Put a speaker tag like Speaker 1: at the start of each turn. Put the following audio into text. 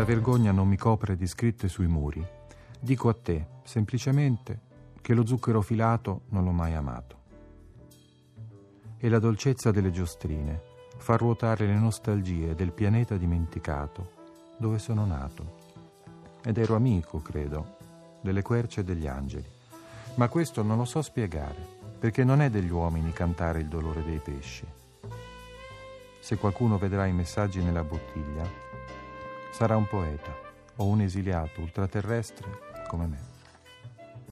Speaker 1: vergogna non mi copre di scritte sui muri, dico a te, semplicemente, che lo zucchero filato non l'ho mai amato. E la dolcezza delle giostrine fa ruotare le nostalgie del pianeta dimenticato dove sono nato. Ed ero amico, credo, delle querce e degli angeli. Ma questo non lo so spiegare, perché non è degli uomini cantare il dolore dei pesci. Se qualcuno vedrà i messaggi nella bottiglia, sarà un poeta o un esiliato ultraterrestre come me.